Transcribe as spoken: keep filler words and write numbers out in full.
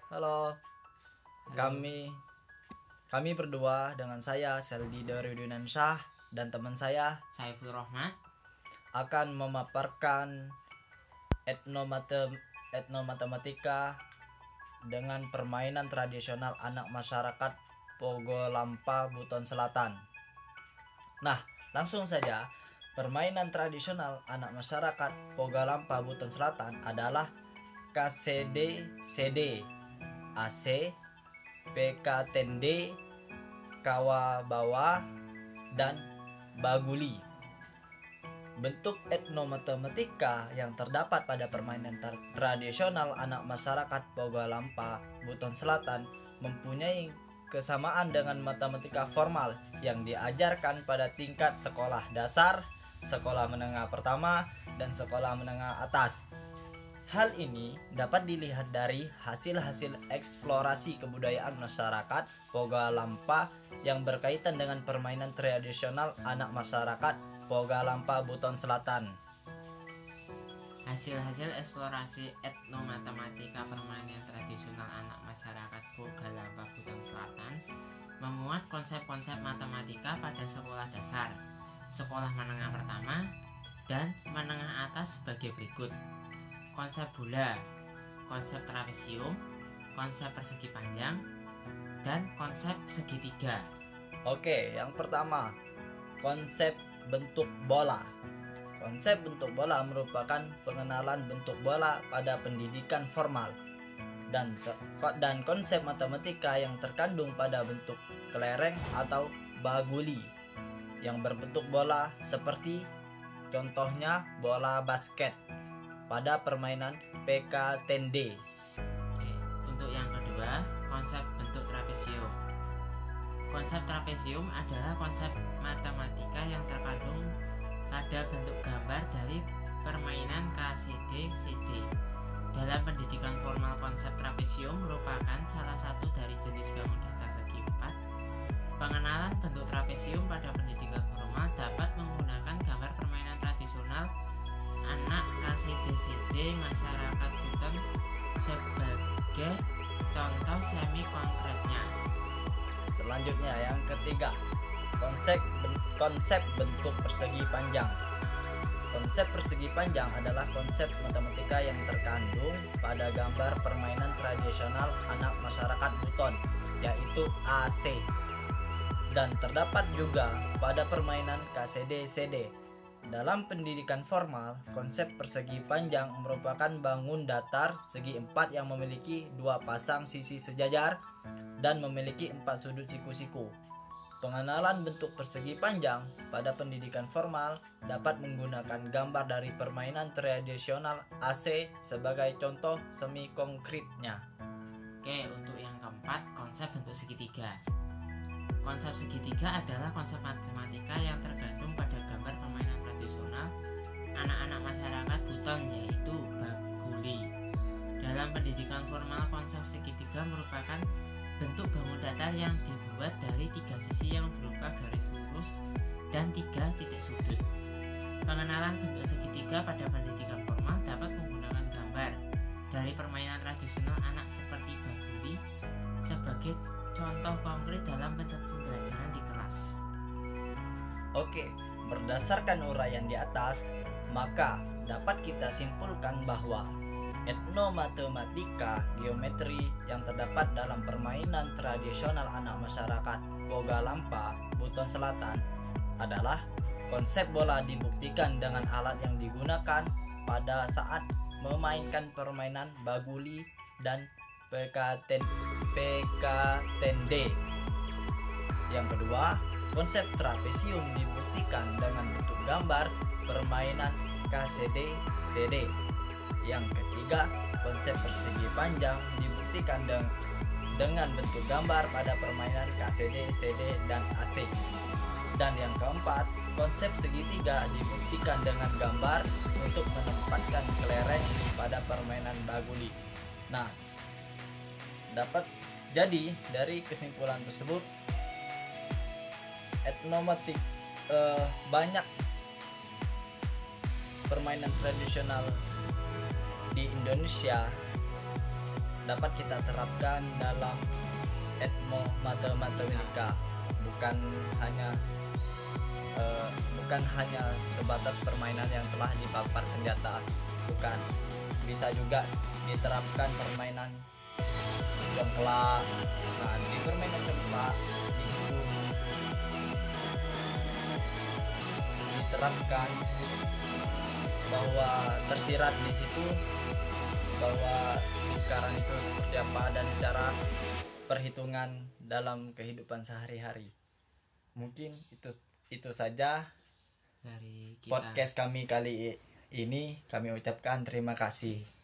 Halo, Halo. kami kami berdua dengan saya Seldi Darudinansyah dan teman saya Saiful Rohmat akan memaparkan etnomatem etnomatematika dengan permainan tradisional anak masyarakat Pogolampa Buton Selatan. Nah, langsung saja. Permainan tradisional anak masyarakat Pogolampa Buton Selatan adalah K C D C D, A C, P K Tende, Kawa Bawa, dan Baguli. Bentuk etnomatematika yang terdapat pada permainan ter- tradisional anak masyarakat Pogolampa Buton Selatan mempunyai kesamaan dengan matematika formal yang diajarkan pada tingkat sekolah dasar, sekolah menengah pertama, dan sekolah menengah atas. Hal ini dapat dilihat dari hasil-hasil eksplorasi kebudayaan masyarakat Pogolampa yang berkaitan dengan permainan tradisional anak masyarakat Pogolampa Buton Selatan. Hasil-hasil eksplorasi etnomatematika permainan tradisional anak masyarakat Pogolampa Buton Selatan memuat konsep-konsep matematika pada sekolah dasar, sekolah menengah pertama, dan menengah atas sebagai berikut: konsep bola, konsep trapesium, konsep persegi panjang, dan konsep segitiga. Oke, yang pertama, konsep bentuk bola. Konsep bentuk bola merupakan pengenalan bentuk bola pada pendidikan formal dan dan konsep matematika yang terkandung pada bentuk kelereng atau baguli yang berbentuk bola seperti contohnya bola basket pada permainan P K Tende. Oke, untuk yang kedua, konsep bentuk trapesium. Konsep trapesium adalah konsep matematika yang terkandung pada bentuk gambar dari permainan K C D C D. Dalam pendidikan formal, konsep trapesium merupakan salah satu dari jenis bangun datar segi empat. Pengenalan bentuk trapesium pada pendidikan formal dapat menggunakan gambar permainan tradisional anak K C D C D masyarakat Buton sebagai contoh semi konkretnya. Selanjutnya yang ketiga, konsep konsep bentuk persegi panjang. Konsep persegi panjang adalah konsep matematika yang terkandung pada gambar permainan tradisional anak masyarakat Buton, yaitu A C. Dan terdapat juga pada permainan K C D C D. Dalam pendidikan formal, konsep persegi panjang merupakan bangun datar segi empat yang memiliki dua pasang sisi sejajar dan memiliki empat sudut siku-siku. Pengenalan bentuk persegi panjang pada pendidikan formal dapat menggunakan gambar dari permainan tradisional A C sebagai contoh semi konkretnya. Oke, untuk yang keempat, konsep bentuk segitiga. Konsep segitiga adalah konsep matematika yang tergantung pada gambar permainan tradisional anak-anak masyarakat Buton, yaitu baguli. Dalam pendidikan formal, konsep segitiga merupakan bentuk bangun datar yang dibuat dari tiga sisi yang berupa garis lurus dan tiga titik sudut. Pengenalan bentuk segitiga pada pendidikan formal dapat menggunakan gambar dari permainan tradisional anak seperti baguli sebagai contoh konkret dalam pembelajaran di kelas. Oke, berdasarkan uraian di atas, maka dapat kita simpulkan bahwa etnomatematika geometri yang terdapat dalam permainan tradisional anak masyarakat Pogolampa Buton Selatan adalah konsep bola dibuktikan dengan alat yang digunakan pada saat memainkan permainan baguli dan P K Tende. Yang kedua, konsep trapesium dibuktikan dengan bentuk gambar permainan K C D C D. Yang ketiga, konsep persegi panjang dibuktikan dengan, dengan bentuk gambar pada permainan K C D C D dan A C. Dan yang keempat, konsep segitiga dibuktikan dengan gambar untuk menempatkan kelereng pada permainan baguli. Nah, dapat jadi dari kesimpulan tersebut, etnomatik eh, banyak permainan tradisional di Indonesia dapat kita terapkan dalam etno matematika, bukan hanya uh, bukan hanya sebatas permainan yang telah dipaparkan di atas, bukan, bisa juga diterapkan permainan congklak. Nah, di permainan congklak di situ diterapkan bahwa tersirat di situ bahwa lingkaran itu seperti apa dan cara perhitungan dalam kehidupan sehari-hari. Mungkin itu itu saja dari kita. Podcast kami kali ini. Kami ucapkan terima kasih.